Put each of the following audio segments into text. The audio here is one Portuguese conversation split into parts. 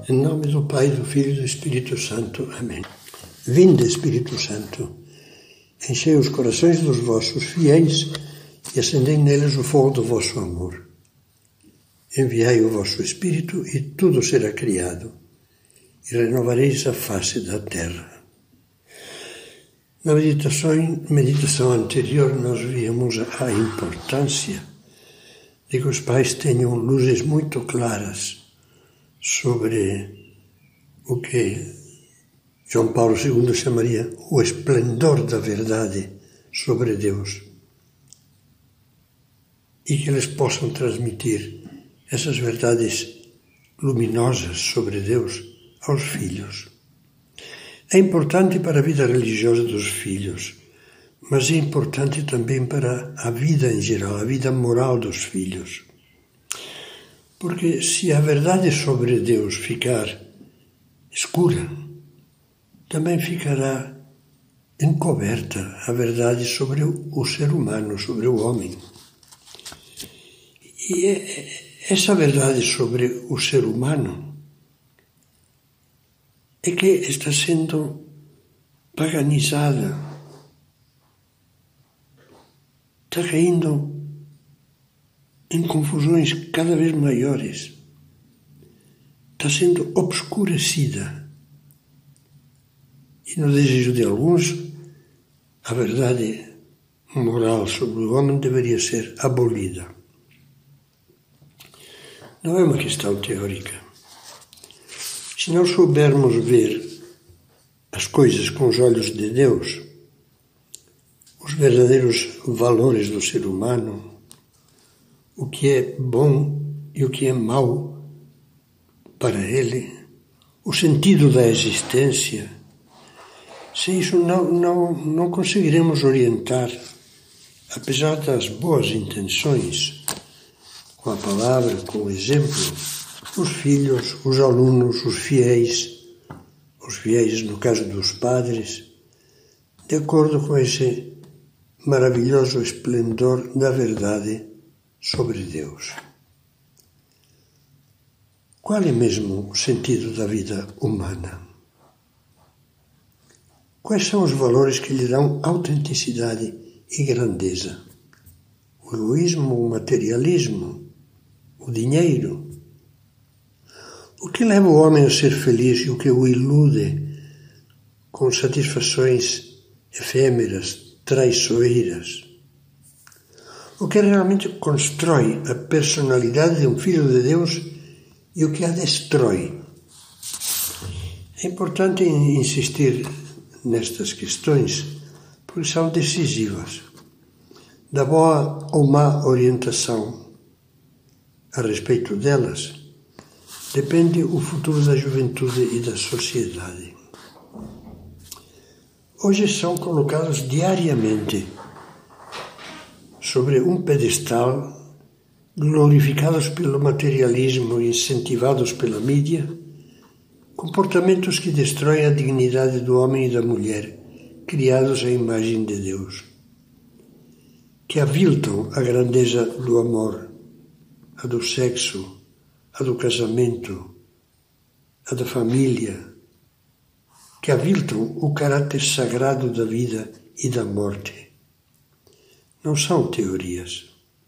Em nome do Pai, do Filho e do Espírito Santo. Amém. Vinde, Espírito Santo, enchei os corações dos vossos fiéis e acendei neles o fogo do vosso amor. Enviai o vosso Espírito e tudo será criado, e renovareis a face da terra. Na meditação anterior, nós víamos a importância de que os pais tenham luzes muito claras sobre o que João Paulo II chamaria o esplendor da verdade sobre Deus, e que eles possam transmitir essas verdades luminosas sobre Deus aos filhos. É importante para a vida religiosa dos filhos, mas é importante também para a vida em geral, a vida moral dos filhos. Porque se a verdade sobre Deus ficar escura, também ficará encoberta a verdade sobre o ser humano, sobre o homem. E essa verdade sobre o ser humano é que está sendo paganizada, está caindo em confusões cada vez maiores, está sendo obscurecida. E no desejo de alguns, a verdade moral sobre o homem deveria ser abolida. Não é uma questão teórica. Se não soubermos ver as coisas com os olhos de Deus, os verdadeiros valores do ser humano, o que é bom e o que é mau para ele, o sentido da existência, sem isso não conseguiremos orientar, apesar das boas intenções, com a palavra, com o exemplo, os filhos, os alunos, os fiéis no caso dos padres, de acordo com esse maravilhoso esplendor da verdade sobre Deus. Qual é mesmo o sentido da vida humana? Quais são os valores que lhe dão autenticidade e grandeza? O egoísmo, o materialismo, o dinheiro? O que leva o homem a ser feliz e o que o ilude com satisfações efêmeras, traiçoeiras? O que realmente constrói a personalidade de um filho de Deus e o que a destrói? É importante insistir nestas questões, porque são decisivas. Da boa ou má orientação a respeito delas, depende o futuro da juventude e da sociedade. Hoje são colocados diariamente sobre um pedestal, glorificados pelo materialismo e incentivados pela mídia, comportamentos que destroem a dignidade do homem e da mulher, criados à imagem de Deus, que aviltam a grandeza do amor, a do sexo, a do casamento, a da família, que aviltam o caráter sagrado da vida e da morte. Não são teorias.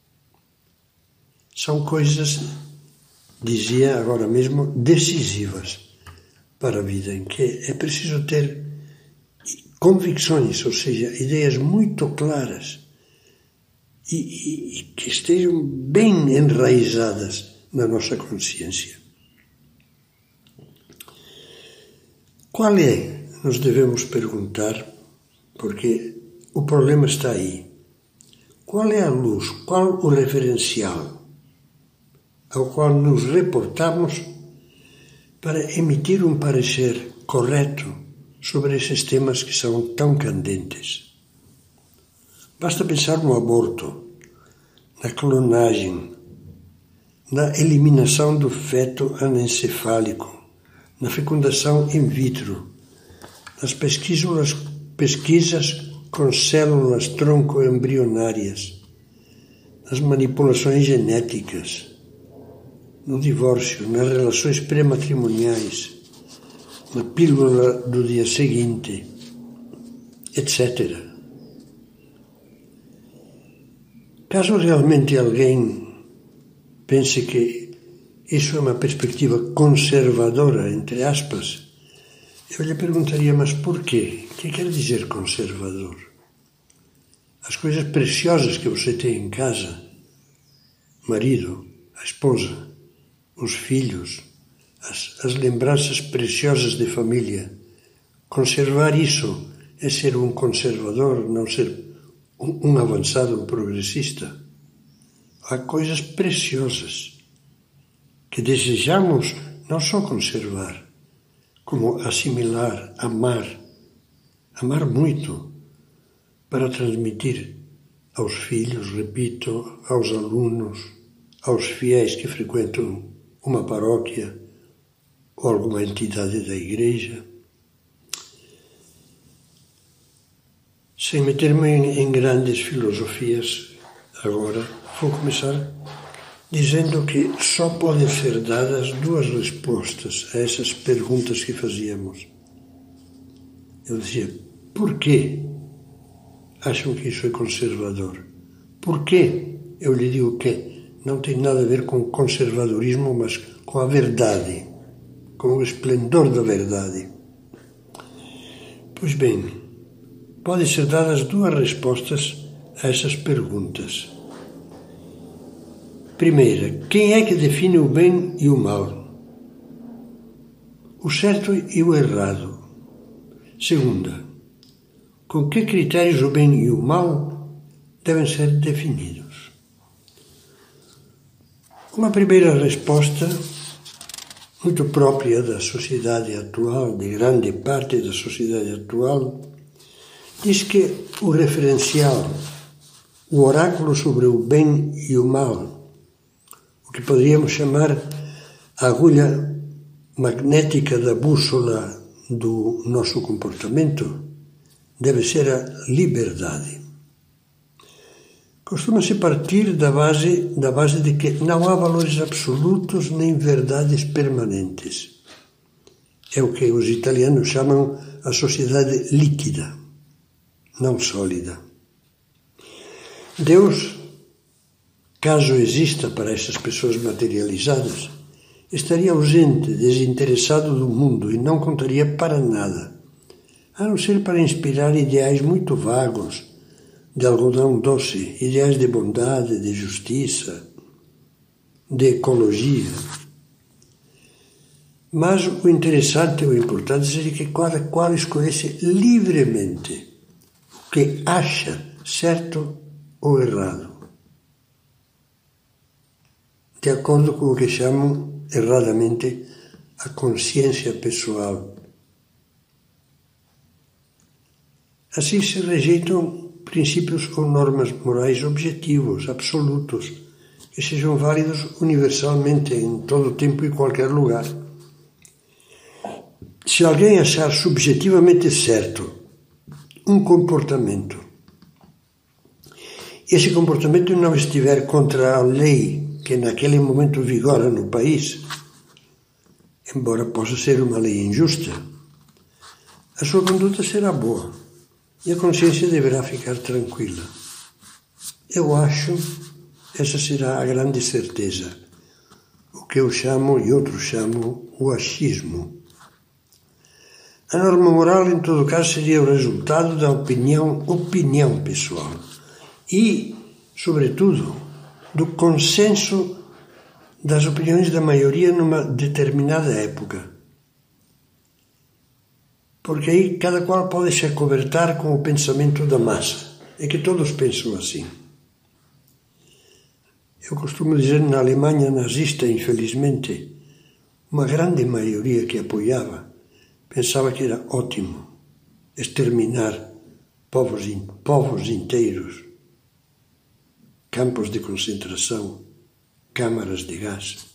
São coisas, dizia agora mesmo, decisivas para a vida, em que é preciso ter convicções, ou seja, ideias muito claras e que estejam bem enraizadas na nossa consciência. Qual é, nos devemos perguntar, porque o problema está aí. Qual é a luz, qual o referencial ao qual nos reportamos para emitir um parecer correto sobre esses temas que são tão candentes? Basta pensar no aborto, na clonagem, na eliminação do feto anencefálico, na fecundação in vitro, nas pesquisas com células tronco-embrionárias, nas manipulações genéticas, no divórcio, nas relações pré-matrimoniais, na pílula do dia seguinte, etc. Caso realmente alguém pense que isso é uma perspectiva conservadora, entre aspas, eu lhe perguntaria, mas por quê? O que quer dizer conservador? As coisas preciosas que você tem em casa, o marido, a esposa, os filhos, as lembranças preciosas de família, conservar isso é ser um conservador, não ser um avançado, um progressista. Há coisas preciosas que desejamos não só conservar, como assimilar, amar muito, para transmitir aos filhos, repito, aos alunos, aos fiéis que frequentam uma paróquia ou alguma entidade da igreja. Sem meter-me em grandes filosofias agora, vou começar dizendo que só podem ser dadas duas respostas a essas perguntas que fazíamos. Eu dizia, por quê acham que isso é conservador? Por quê? Eu lhe digo que não tem nada a ver com conservadorismo, mas com a verdade, com o esplendor da verdade. Pois bem, podem ser dadas duas respostas a essas perguntas. Primeira, quem é que define o bem e o mal? O certo e o errado. Segunda, com que critérios o bem e o mal devem ser definidos? Uma primeira resposta, muito própria da sociedade atual, de grande parte da sociedade atual, diz que o referencial, o oráculo sobre o bem e o mal, o que poderíamos chamar a agulha magnética da bússola do nosso comportamento, deve ser a liberdade. Costuma-se partir da base de que não há valores absolutos nem verdades permanentes. É o que os italianos chamam a sociedade líquida, não sólida. Deus, caso exista para essas pessoas materializadas, estaria ausente, desinteressado do mundo e não contaria para nada, a não ser para inspirar ideais muito vagos, de algodão doce, ideais de bondade, de justiça, de ecologia. Mas o interessante e o importante seria que cada qual escolhesse livremente o que acha certo ou errado, de acordo com o que chamam erradamente a consciência pessoal. Assim se rejeitam princípios ou normas morais objetivos, absolutos, que sejam válidos universalmente em todo tempo e qualquer lugar. Se alguém achar subjetivamente certo um comportamento, e esse comportamento não estiver contra a lei que naquele momento vigora no país, embora possa ser uma lei injusta, a sua conduta será boa e a consciência deverá ficar tranquila. Eu acho, essa será a grande certeza, o que eu chamo e outros chamam o achismo. A norma moral, em todo caso, seria o resultado da opinião pessoal e, sobretudo, do consenso das opiniões da maioria numa determinada época. Porque aí cada qual pode se acobertar com o pensamento da massa. É que todos pensam assim. Eu costumo dizer, na Alemanha nazista, infelizmente, uma grande maioria que apoiava pensava que era ótimo exterminar povos inteiros, campos de concentração, câmaras de gás.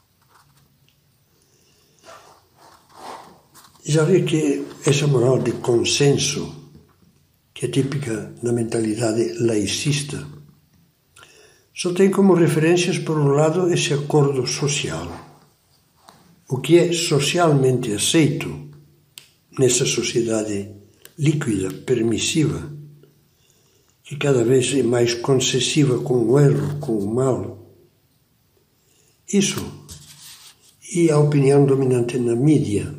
Já vi que essa moral de consenso, que é típica da mentalidade laicista, só tem como referências, por um lado, esse acordo social. O que é socialmente aceito nessa sociedade líquida, permissiva, que cada vez é mais concessiva com o erro, com o mal. Isso, e a opinião dominante na mídia,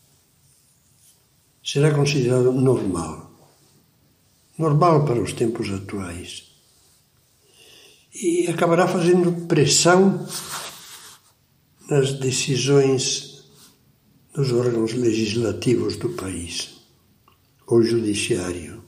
será considerado normal. Normal para os tempos atuais. E acabará fazendo pressão nas decisões dos órgãos legislativos do país, ou judiciário.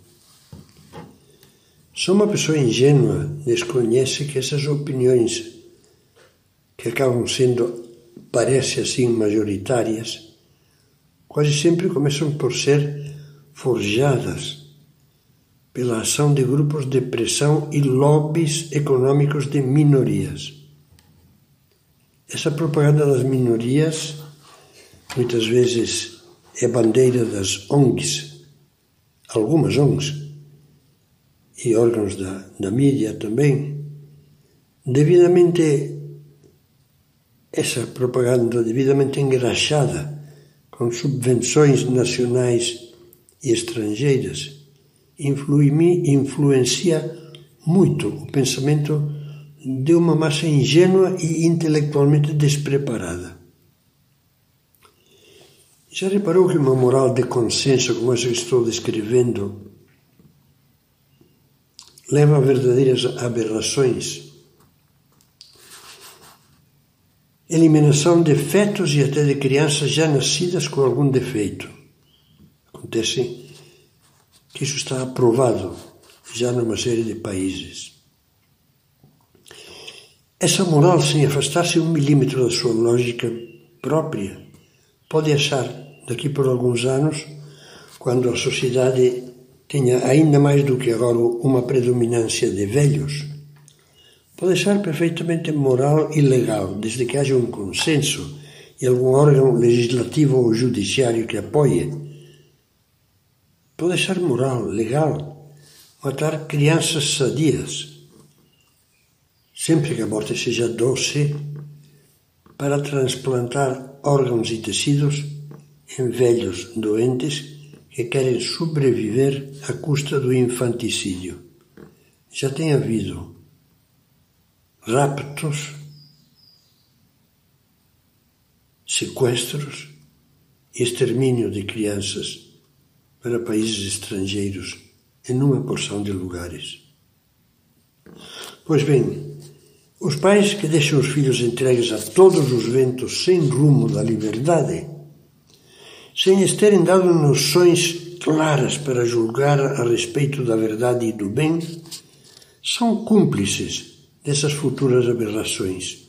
Só uma pessoa ingênua desconhece que essas opiniões, que acabam sendo, parece assim, majoritárias, quase sempre começam por ser forjadas pela ação de grupos de pressão e lobbies econômicos de minorias. Essa propaganda das minorias, muitas vezes, é bandeira das ONGs, algumas ONGs, e órgãos da mídia também. Essa propaganda devidamente engraxada com subvenções nacionais e estrangeiras, influencia muito o pensamento de uma massa ingênua e intelectualmente despreparada. Já reparou que uma moral de consenso como essa que estou descrevendo leva a verdadeiras aberrações? Eliminação de fetos e até de crianças já nascidas com algum defeito. Acontece que isso está aprovado já numa série de países. Essa moral, sem afastar-se 1 milímetro da sua lógica própria, pode achar, daqui por alguns anos, quando a sociedade tenha ainda mais do que agora uma predominância de velhos, pode achar perfeitamente moral e legal, desde que haja um consenso e algum órgão legislativo ou judiciário que apoie. Pode achar moral, legal, matar crianças sadias, sempre que a morte seja doce, para transplantar órgãos e tecidos em velhos doentes que querem sobreviver à custa do infanticídio. Já tem havido raptos, sequestros e extermínio de crianças para países estrangeiros em uma porção de lugares. Pois bem, os pais que deixam os filhos entregues a todos os ventos sem rumo da liberdade, sem lhes terem dado noções claras para julgar a respeito da verdade e do bem, são cúmplices dessas futuras aberrações.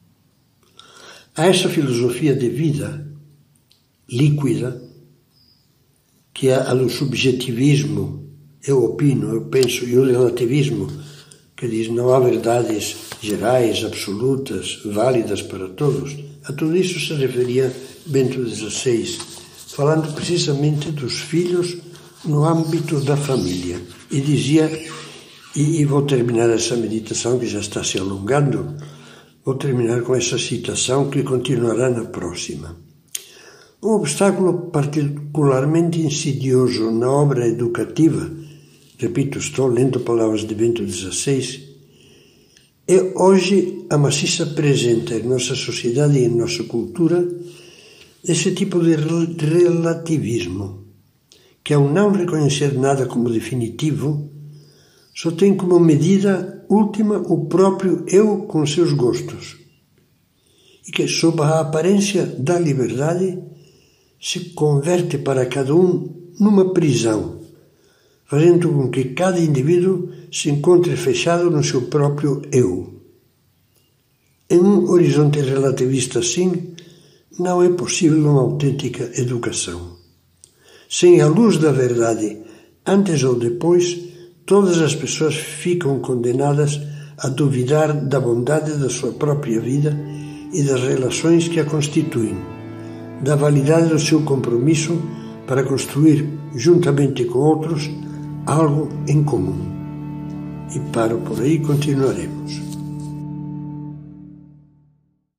A essa filosofia de vida líquida, que é a do subjetivismo, eu opino, eu penso, e o relativismo, que diz não há verdades gerais, absolutas, válidas para todos. A tudo isso se referia Bento XVI, falando precisamente dos filhos no âmbito da família. E dizia, e vou terminar essa meditação que já está se alongando, vou terminar com essa citação que continuará na próxima. Um obstáculo particularmente insidioso na obra educativa, repito, estou lendo palavras de Bento XVI, é hoje a maciça presença em nossa sociedade e em nossa cultura desse tipo de relativismo, que ao não reconhecer nada como definitivo, só tem como medida última o próprio eu com seus gostos, e que, sob a aparência da liberdade, se converte para cada um numa prisão, fazendo com que cada indivíduo se encontre fechado no seu próprio eu. Em um horizonte relativista assim, não é possível uma autêntica educação. Sem a luz da verdade, antes ou depois, todas as pessoas ficam condenadas a duvidar da bondade da sua própria vida e das relações que a constituem, da validade do seu compromisso para construir, juntamente com outros, algo em comum. E paro por aí, continuaremos.